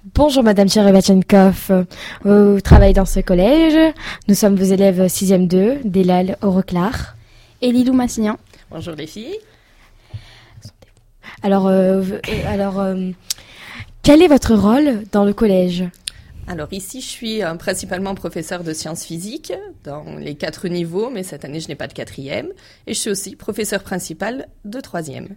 Bonjour Madame Cherevatchenkov, vous travaillez dans ce collège. Nous sommes vos élèves 6e 2, Delal Oroclar. Et Lilou Massignan. Bonjour les filles. Alors, quel est votre rôle dans le collège ? Alors ici, je suis principalement professeur de sciences physiques dans les 4 niveaux, mais cette année, je n'ai pas de 4e. Et je suis aussi professeur principal de 3e.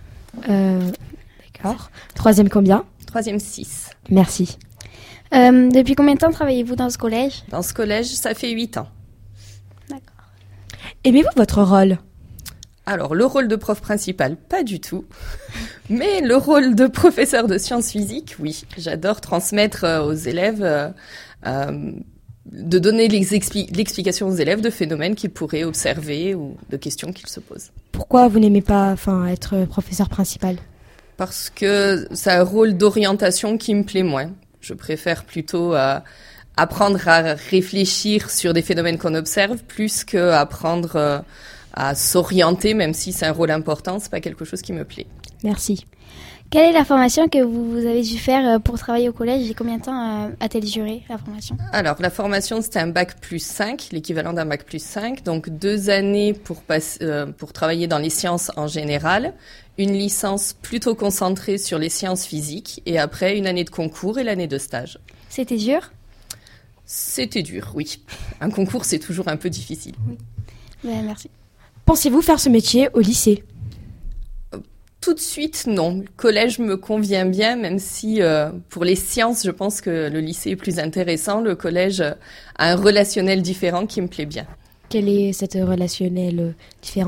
D'accord. 3e combien ? 3e 6. Merci. Depuis combien de temps travaillez-vous dans ce collège ? Dans ce collège, ça fait 8 ans. D'accord. Aimez-vous votre rôle ? Alors, le rôle de prof principal, pas du tout. Mais le rôle de professeur de sciences physiques, oui. J'adore transmettre aux élèves, de donner l'explication aux élèves de phénomènes qu'ils pourraient observer ou de questions qu'ils se posent. Pourquoi vous n'aimez pas être professeur principal ? Parce que c'est un rôle d'orientation qui me plaît moins. Je préfère plutôt apprendre à réfléchir sur des phénomènes qu'on observe plus qu'apprendre à s'orienter, même si c'est un rôle important, c'est pas quelque chose qui me plaît. Merci. Quelle est la formation que vous avez dû faire pour travailler au collège et combien de temps a-t-elle duré, la formation ? Alors, la formation, c'était un bac plus 5, l'équivalent d'un bac plus 5, donc 2 années pour travailler dans les sciences en général, une licence plutôt concentrée sur les sciences physiques, et après, une année de concours et l'année de stage. C'était dur ? C'était dur, oui. Un concours, c'est toujours un peu difficile. Oui. Ben, merci. Pensez-vous faire ce métier au lycée ? Tout de suite, non. Le collège me convient bien, même si pour les sciences, je pense que le lycée est plus intéressant. Le collège a un relationnel différent qui me plaît bien. Quelle est cette relationnelle différente ?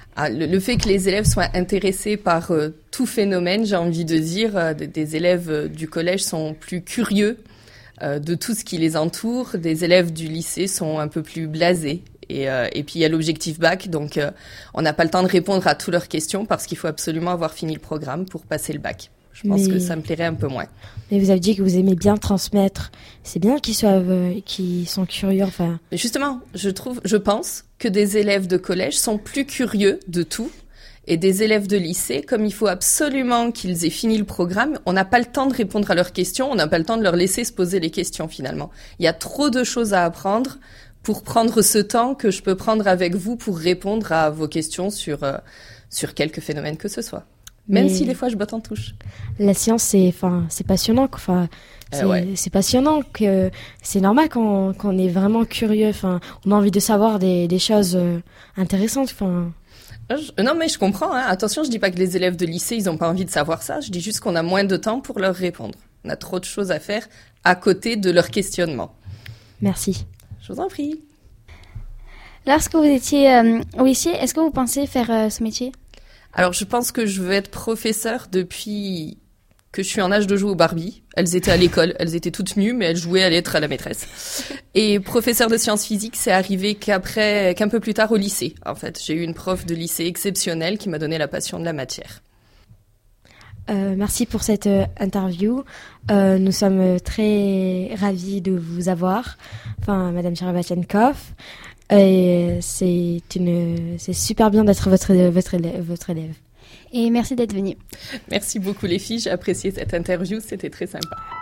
Le fait que les élèves soient intéressés par tout phénomène, j'ai envie de dire, des élèves du collège sont plus curieux de tout ce qui les entoure. Des élèves du lycée sont un peu plus blasés. Et puis il y a l'objectif bac, donc on n'a pas le temps de répondre à toutes leurs questions parce qu'il faut absolument avoir fini le programme pour passer le bac. Je pense que ça me plairait un peu moins. Mais vous avez dit que vous aimez bien transmettre. C'est bien qu'ils sont curieux. Enfin. Mais justement, je pense que des élèves de collège sont plus curieux de tout. Et des élèves de lycée, comme il faut absolument qu'ils aient fini le programme, on n'a pas le temps de répondre à leurs questions, on n'a pas le temps de leur laisser se poser les questions finalement. Il y a trop de choses à apprendre pour prendre ce temps que je peux prendre avec vous pour répondre à vos questions sur quelques phénomènes que ce soit. Même si des fois je botte en touche. La science, c'est passionnant. C'est passionnant. Que c'est normal qu'on est vraiment curieux. On a envie de savoir des choses intéressantes. Non, mais je comprends. Attention, je dis pas que les élèves de lycée, ils ont pas envie de savoir ça. Je dis juste qu'on a moins de temps pour leur répondre. On a trop de choses à faire à côté de leur questionnement. Merci. Je vous en prie. Lorsque vous étiez au lycée, est-ce que vous pensez faire ce métier ? Alors, je pense que je veux être professeur depuis que je suis en âge de jouer aux Barbie. Elles étaient à l'école, elles étaient toutes nues, mais elles jouaient à être à la maîtresse. Et professeur de sciences physiques, c'est arrivé qu'un peu plus tard au lycée. En fait, j'ai eu une prof de lycée exceptionnelle qui m'a donné la passion de la matière. Merci pour cette interview. Nous sommes très ravis de vous avoir, Madame Cherevatchenkov. Et c'est super bien d'être votre élève. Et merci d'être venue. Merci beaucoup les filles, j'ai apprécié cette interview, c'était très sympa.